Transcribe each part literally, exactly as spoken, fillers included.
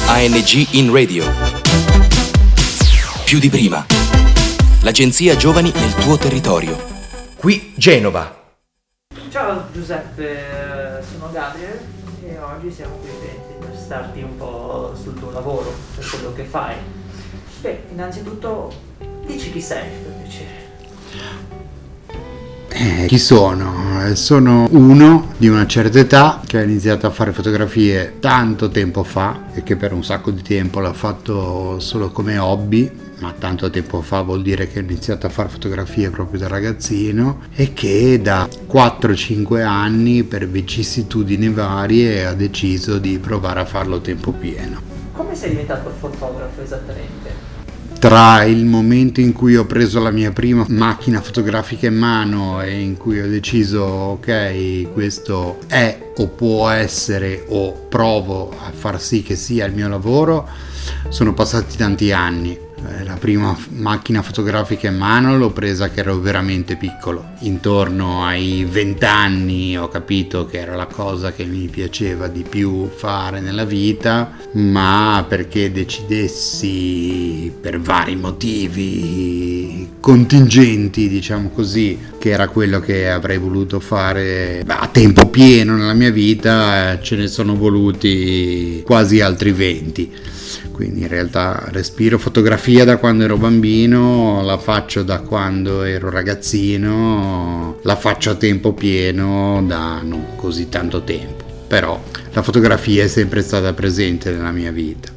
A N G in Radio. Più di prima. L'agenzia Giovani nel tuo territorio. Qui Genova. Ciao Giuseppe, sono Gabriele e oggi siamo qui per starti un po' sul tuo lavoro, per quello che fai. Beh, innanzitutto dici chi sei, per piacere. Eh, chi sono? Sono uno di una certa età che ha iniziato a fare fotografie tanto tempo fa e che per un sacco di tempo l'ha fatto solo come hobby, ma tanto tempo fa vuol dire che ho iniziato a fare fotografie proprio da ragazzino, e che da quattro cinque anni per vicissitudini varie ha deciso di provare a farlo a tempo pieno. Come sei diventato fotografo esattamente? Tra il momento in cui ho preso la mia prima macchina fotografica in mano e in cui ho deciso ok, questo è o può essere o provo a far sì che sia il mio lavoro, sono passati tanti anni. La prima macchina fotografica in mano l'ho presa che ero veramente piccolo, intorno ai vent'anni ho capito che era la cosa che mi piaceva di più fare nella vita, ma perché decidessi per vari motivi contingenti, diciamo così, che era quello che avrei voluto fare a tempo pieno nella mia vita, ce ne sono voluti quasi altri venti. Quindi in realtà respiro fotografia da quando ero bambino, la faccio da quando ero ragazzino, la faccio a tempo pieno da non così tanto tempo, però la fotografia è sempre stata presente nella mia vita.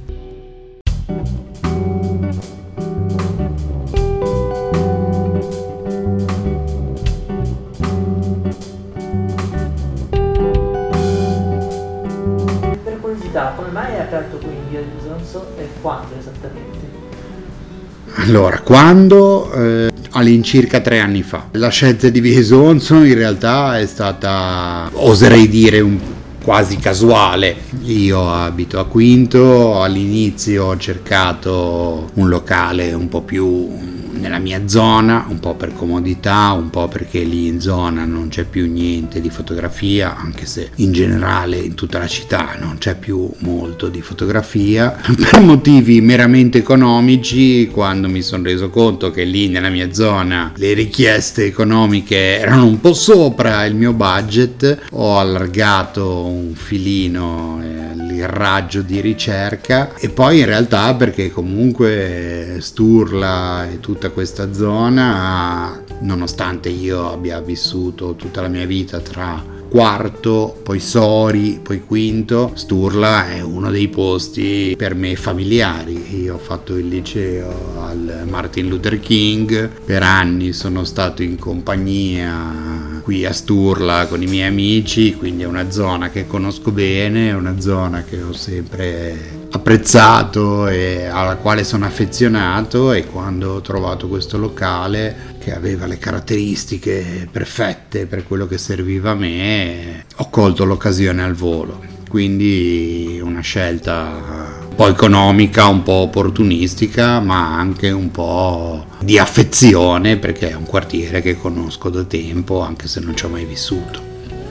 Per curiosità, come mai hai aperto qui in via di Sonso e quando esattamente? Allora, quando? Eh, all'incirca tre anni fa. La scelta di via di Sonso in realtà è stata, oserei dire, un quasi casuale. Io abito a Quinto, all'inizio ho cercato un locale un po' più nella mia zona, un po' per comodità, un po' perché lì in zona non c'è più niente di fotografia, anche se in generale in tutta la città non c'è più molto di fotografia. Per motivi meramente economici, quando mi sono reso conto che lì nella mia zona le richieste economiche erano un po' sopra il mio budget, ho allargato un filino il raggio di ricerca, e poi in realtà perché comunque Sturla e tutta questa zona, nonostante io abbia vissuto tutta la mia vita tra Quarto, poi Sori, poi Quinto, Sturla è uno dei posti per me familiari. Io ho fatto il liceo al Martin Luther King, per anni sono stato in compagnia qui a Sturla con i miei amici, quindi è una zona che conosco bene, è una zona che ho sempre apprezzato e alla quale sono affezionato, e quando ho trovato questo locale che aveva le caratteristiche perfette per quello che serviva a me, ho colto l'occasione al volo. Quindi una scelta un po' economica, un po' opportunistica, ma anche un po' di affezione, perché è un quartiere che conosco da tempo, anche se non ci ho mai vissuto.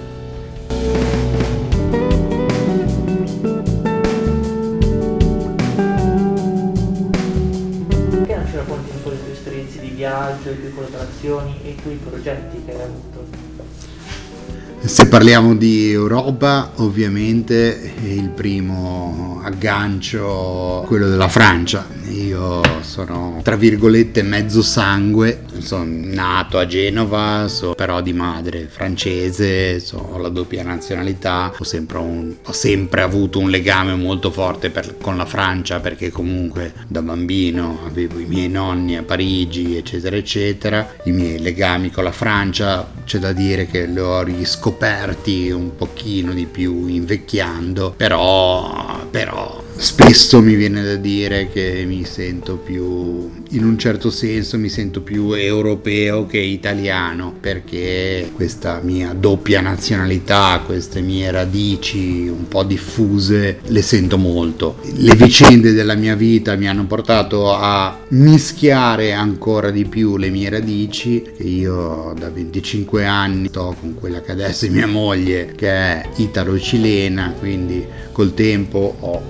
Perché non ci racconti un po' le tue esperienze di viaggio, le tue collaborazioni e i tuoi progetti che hai avuto? Se parliamo di Europa, ovviamente il primo aggancio è quello della Francia. Io sono, tra virgolette, mezzo sangue, sono nato a Genova, so, però di madre francese, so, ho la doppia nazionalità, ho sempre, un, ho sempre avuto un legame molto forte per, con la Francia, perché comunque da bambino avevo i miei nonni a Parigi, eccetera, eccetera. I miei legami con la Francia, c'è da dire che li ho riscoperti un pochino di più invecchiando, però, però spesso mi viene da dire che mi sento più, in un certo senso mi sento più europeo che italiano, perché questa mia doppia nazionalità, queste mie radici un po' diffuse, le sento molto. Le vicende della mia vita mi hanno portato a mischiare ancora di più le mie radici, che io da venticinque anni sto con quella che adesso è mia moglie, che è italo-cilena, quindi col tempo ho ulteriormente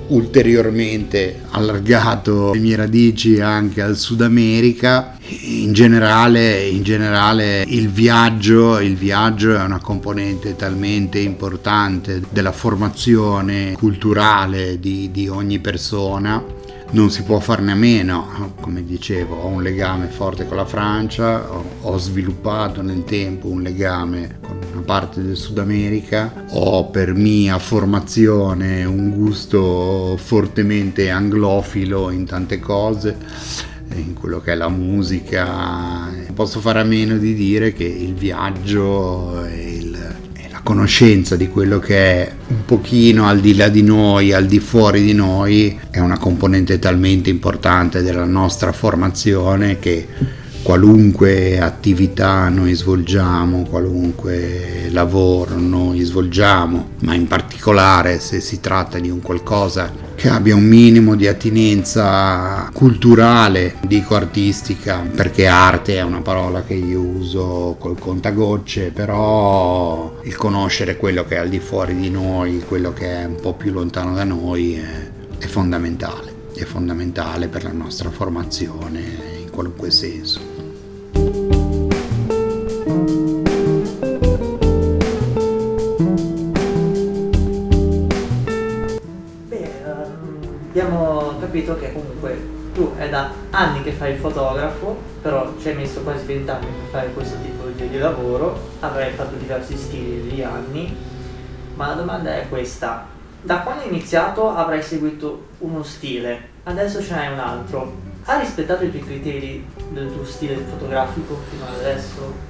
ulteriormente allargato le mie radici anche al Sud America. In generale, in generale il viaggio, il viaggio è una componente talmente importante della formazione culturale di, di ogni persona. Non si può farne a meno, come dicevo, ho un legame forte con la Francia, ho, ho sviluppato nel tempo un legame con una parte del Sud America, ho per mia formazione un gusto fortemente anglofilo in tante cose, in quello che è la musica. Non posso fare a meno di dire che il viaggio e il conoscenza di quello che è un pochino al di là di noi, al di fuori di noi, è una componente talmente importante della nostra formazione che qualunque attività noi svolgiamo, qualunque lavoro noi svolgiamo, ma in particolare se si tratta di un qualcosa che abbia un minimo di attinenza culturale, dico artistica, perché arte è una parola che io uso col contagocce, però il conoscere quello che è al di fuori di noi, quello che è un po' più lontano da noi è, è fondamentale, è fondamentale per la nostra formazione in qualunque senso. Abbiamo capito che comunque tu è da anni che fai il fotografo, però ci hai messo quasi vent'anni per fare questo tipo di, di lavoro, avrai fatto diversi stili negli anni, ma la domanda è questa: da quando hai iniziato avrai seguito uno stile, adesso ce n'hai un altro, hai rispettato i tuoi criteri del tuo stile fotografico fino ad adesso?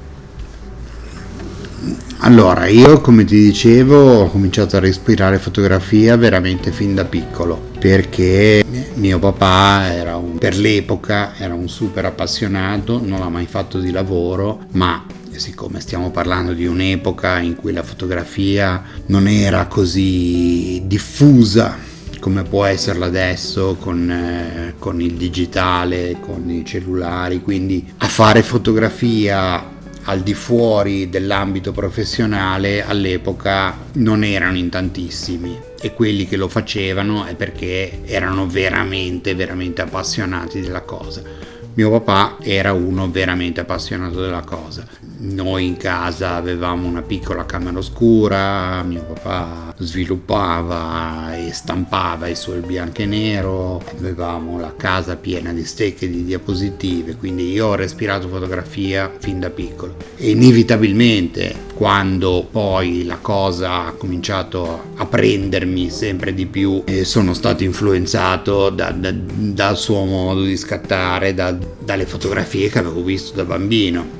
Allora, io come ti dicevo ho cominciato a respirare fotografia veramente fin da piccolo, perché mio papà era un, per l'epoca era un super appassionato, non l'ha mai fatto di lavoro, ma siccome stiamo parlando di un'epoca in cui la fotografia non era così diffusa come può esserla adesso con, eh, con il digitale, con i cellulari, quindi a fare fotografia al di fuori dell'ambito professionale all'epoca non erano in tantissimi, e quelli che lo facevano è perché erano veramente veramente appassionati della cosa. Mio papà era uno veramente appassionato della cosa. Noi in casa avevamo una piccola camera oscura, mio papà sviluppava e stampava i suoi bianco e nero, avevamo la casa piena di stecche di diapositive, quindi io ho respirato fotografia fin da piccolo. E inevitabilmente, quando poi la cosa ha cominciato a prendermi sempre di più, e sono stato influenzato da, da, dal suo modo di scattare, da, dalle fotografie che avevo visto da bambino.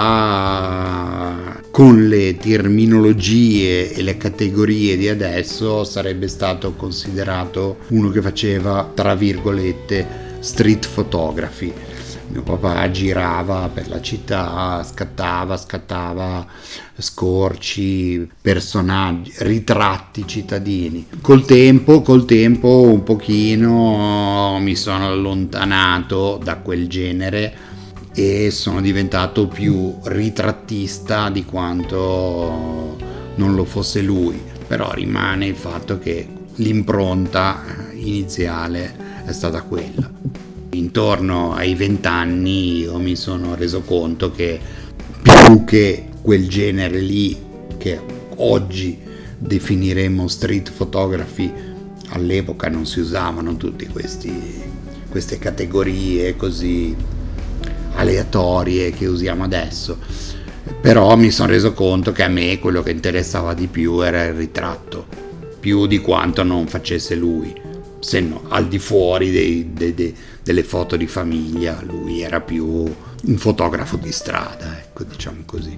Ma con le terminologie e le categorie di adesso sarebbe stato considerato uno che faceva, tra virgolette, street photography. Mio papà girava per la città, scattava, scattava scorci, personaggi, ritratti cittadini. Col tempo, col tempo un pochino mi sono allontanato da quel genere e sono diventato più ritrattista di quanto non lo fosse lui, però rimane il fatto che l'impronta iniziale è stata quella. Intorno ai vent'anni io mi sono reso conto che più che quel genere lì che oggi definiremmo street photography, all'epoca non si usavano tutte queste categorie così aleatorie che usiamo adesso, però mi sono reso conto che a me quello che interessava di più era il ritratto, più di quanto non facesse lui, se no al di fuori dei, dei, dei, delle foto di famiglia. Lui era più un fotografo di strada, ecco, diciamo così.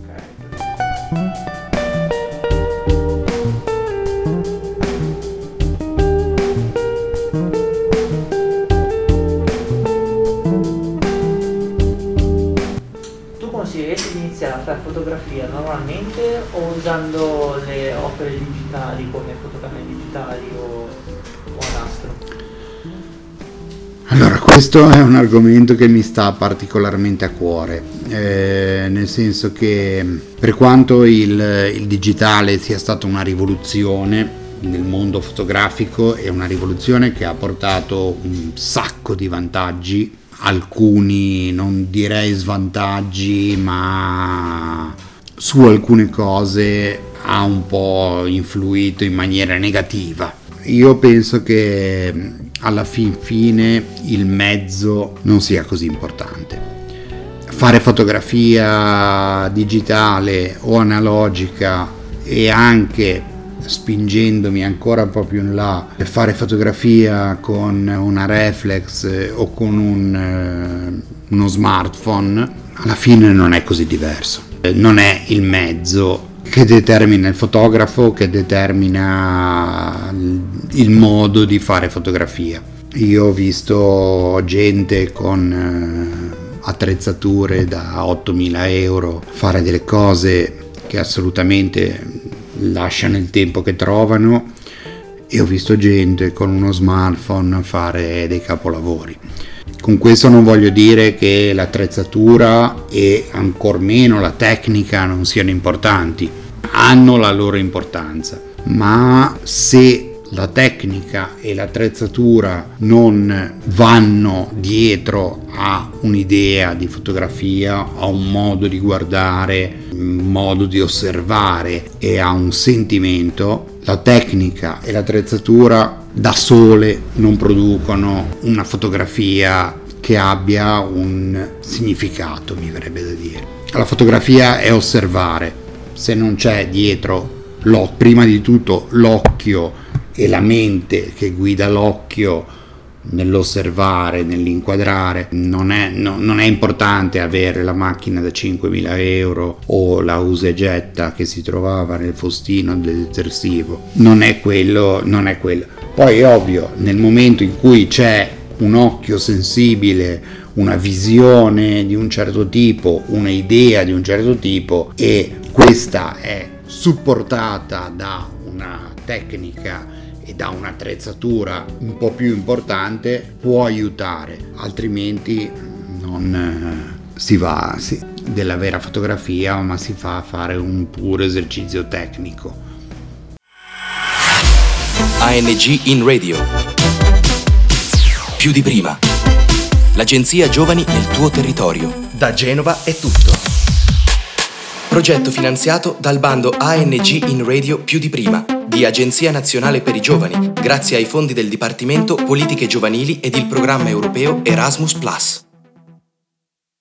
Consiglieresti di iniziare a fare fotografia normalmente o usando le opere digitali come fotocamere digitali o, o a nastro? Allora, questo è un argomento che mi sta particolarmente a cuore, eh, nel senso che per quanto il, il digitale sia stata una rivoluzione, nel mondo fotografico è una rivoluzione che ha portato un sacco di vantaggi, alcuni non direi svantaggi, ma su alcune cose ha un po' influito in maniera negativa. Io penso che alla fin fine il mezzo non sia così importante. Fare fotografia digitale o analogica, e anche spingendomi ancora un po' più in là, fare fotografia con una reflex o con un, uno smartphone, alla fine non è così diverso. Non è il mezzo che determina il fotografo, che determina il modo di fare fotografia. Io ho visto gente con attrezzature da ottomila euro fare delle cose che assolutamente lasciano il tempo che trovano, e ho visto gente con uno smartphone fare dei capolavori. Con questo non voglio dire che l'attrezzatura e ancor meno la tecnica non siano importanti, hanno la loro importanza, ma se la tecnica e l'attrezzatura non vanno dietro a un'idea di fotografia, a un modo di guardare, un modo di osservare e a un sentimento, la tecnica e l'attrezzatura da sole non producono una fotografia che abbia un significato, mi verrebbe da dire. La fotografia è osservare, se non c'è dietro l'occhio, prima di tutto l'occhio e la mente che guida l'occhio nell'osservare, nell'inquadrare, non è, no, non è importante avere la macchina da cinquemila euro o la usa e getta che si trovava nel fostino del detersivo, non è quello, non è quello. Poi è ovvio, nel momento in cui c'è un occhio sensibile, una visione di un certo tipo, un'idea di un certo tipo, e questa è supportata da una tecnica e da un'attrezzatura un po' più importante, può aiutare, altrimenti non eh, si va sì, della vera fotografia, ma si fa a fare un puro esercizio tecnico. A N G in Radio. Più di prima. L'agenzia Giovani nel tuo territorio. Da Genova è tutto. Progetto finanziato dal bando A N G in Radio Più di prima di Agenzia Nazionale per i Giovani, grazie ai fondi del Dipartimento Politiche Giovanili ed il programma europeo Erasmus Plus.